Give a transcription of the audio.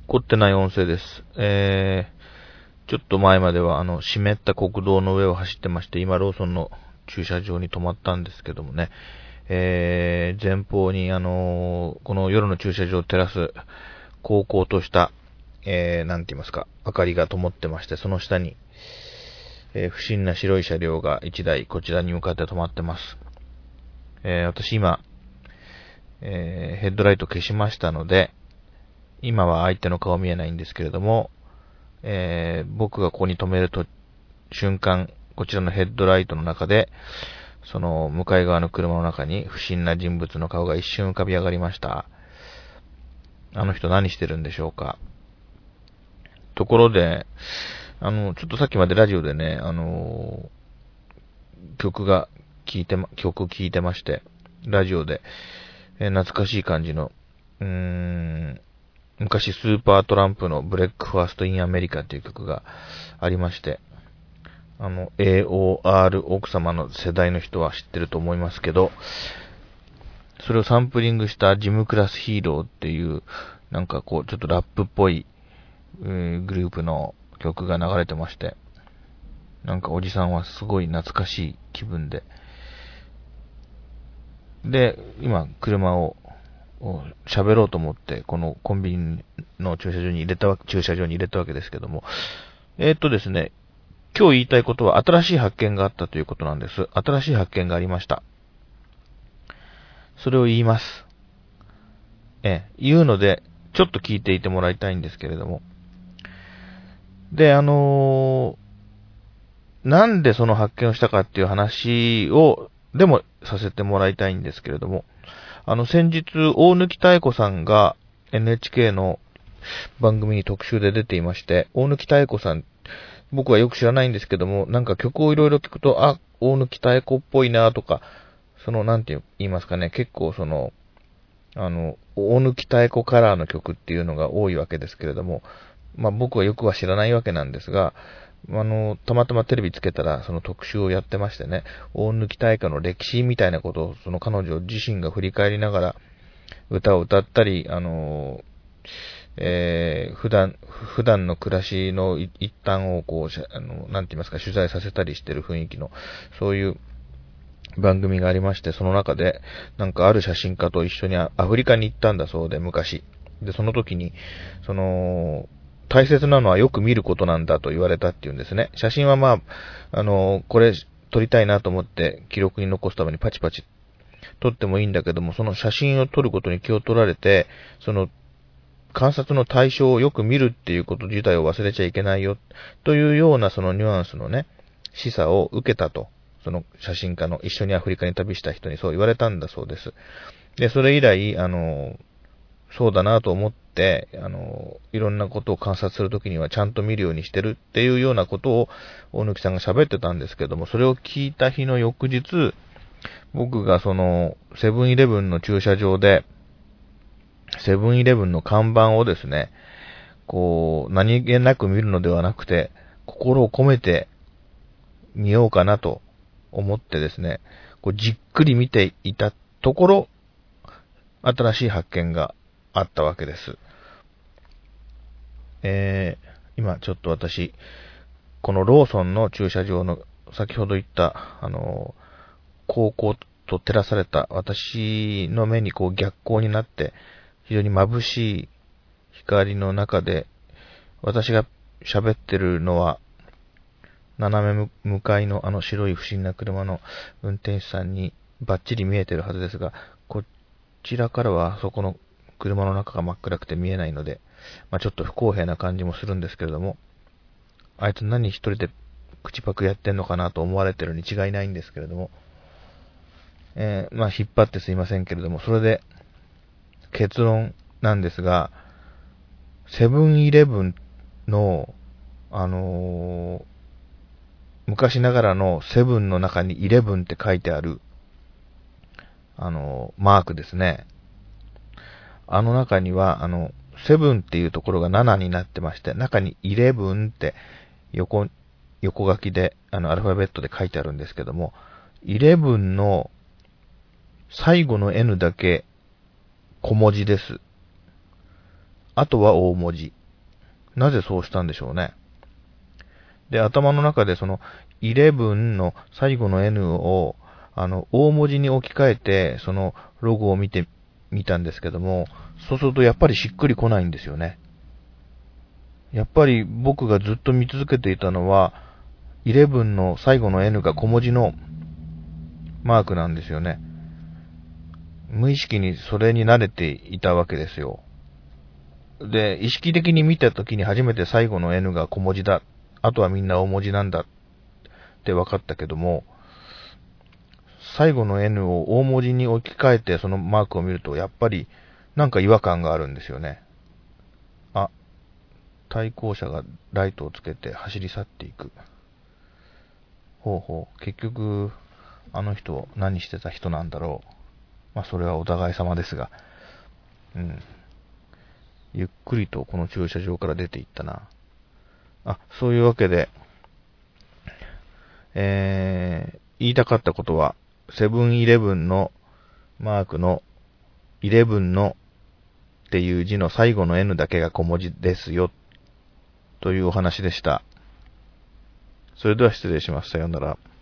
凝ってない音声です。ちょっと前までは湿った国道の上を走ってまして、今ローソンの駐車場に止まったんですけどもね、前方にこの夜の駐車場を照らす、高々とした、なんて言いますか、明かりが灯ってまして、その下に、不審な白い車両が1台こちらに向かって止まってます。私今、ヘッドライト消しましたので、今は相手の顔見えないんですけれども、僕がここに止めると瞬間、こちらのヘッドライトの中で、その向かい側の車の中に不審な人物の顔が一瞬浮かび上がりました。あの人何してるんでしょうか。ところで、ちょっとさっきまでラジオでね、曲聴いてまして、ラジオで、懐かしい感じの、昔スーパートランプのブレックファーストインアメリカっていう曲がありまして、AOR 奥様の世代の人は知ってると思いますけど、それをサンプリングしたジムクラスヒーローっていう、なんかこう、ちょっとラップっぽい、グループの曲が流れてまして、なんかおじさんはすごい懐かしい気分で、で、今、車を喋ろうと思って、このコンビニの駐車場に入れたわけですけども、ですね、今日言いたいことは新しい発見があったということなんです。新しい発見がありました。それを言います。言うので、ちょっと聞いていてもらいたいんですけれども。で、なんでその発見をしたかっていう話を、でもさせてもらいたいんですけれども、先日、大貫妙子さんが NHK の番組に特集で出ていまして、大貫妙子さん、僕はよく知らないんですけども、なんか曲をいろいろ聞くと、あ、大貫妙子っぽいなとか、なんて言いますかね、結構大貫妙子カラーの曲っていうのが多いわけですけれども、まあ僕はよくは知らないわけなんですが、たまたまテレビつけたらその特集をやってましてね、大貫妙子の歴史みたいなことをその彼女自身が振り返りながら歌を歌ったり、普段の暮らしの一端をこう、なんて言いますか、取材させたりしてる雰囲気の、そういう番組がありまして、その中で、なんかある写真家と一緒にアフリカに行ったんだそうで、昔。で、その時に、大切なのはよく見ることなんだと言われたっていうんですね。写真はまあ、これ撮りたいなと思って記録に残すためにパチパチ撮ってもいいんだけども、その写真を撮ることに気を取られて、観察の対象をよく見るっていうこと自体を忘れちゃいけないよ、というようなそのニュアンスのね、示唆を受けたと。その写真家の一緒にアフリカに旅した人にそう言われたんだそうです。で、それ以来、そうだなと思って、いろんなことを観察するときにはちゃんと見るようにしてるっていうようなことを大貫さんが喋ってたんですけども、それを聞いた日の翌日、僕がセブンイレブンの駐車場で、セブンイレブンの看板をですね、こう、何気なく見るのではなくて、心を込めて見ようかなと思ってですね、こうじっくり見ていたところ、新しい発見があったわけです。今ちょっと私、このローソンの駐車場の先ほど言った、高校と照らされた私の目にこう逆光になって、非常に眩しい光の中で、私が喋ってるのは、斜め向かいの白い不審な車の運転手さんにバッチリ見えてるはずですが、こちらからはそこの車の中が真っ暗くて見えないので、まあ、ちょっと不公平な感じもするんですけれども、あいつ何一人で口パクやってんのかなと思われてるに違いないんですけれども、まあ引っ張ってすいませんけれども、それで結論なんですが、セブンイレブンの昔ながらのセブンの中にイレブンって書いてあるマークですね。中にはセブンっていうところが7になってまして、中にイレブンって横書きでアルファベットで書いてあるんですけども、イレブンの最後の N だけ小文字です。 あとは大文字。なぜそうしたんでしょうね。で、頭の中でその11の最後の N を大文字に置き換えて、そのロゴを見てみたんですけども、そうするとやっぱりしっくりこないんですよね。やっぱり僕がずっと見続けていたのは、11の最後の N が小文字のマークなんですよね。無意識にそれに慣れていたわけですよ。で、意識的に見たときに初めて最後の N が小文字だ。あとはみんな大文字なんだって分かったけども、最後の N を大文字に置き換えてそのマークを見ると、やっぱりなんか違和感があるんですよね。あ、対向車がライトをつけて走り去っていく。ほうほう。結局、あの人何してた人なんだろう。まあそれはお互い様ですが。ゆっくりとこの駐車場から出ていったな。そういうわけで、言いたかったことは、セブンイレブンのマークの11のっていう字の最後の N だけが小文字ですよ、というお話でした。それでは失礼します。さようなら。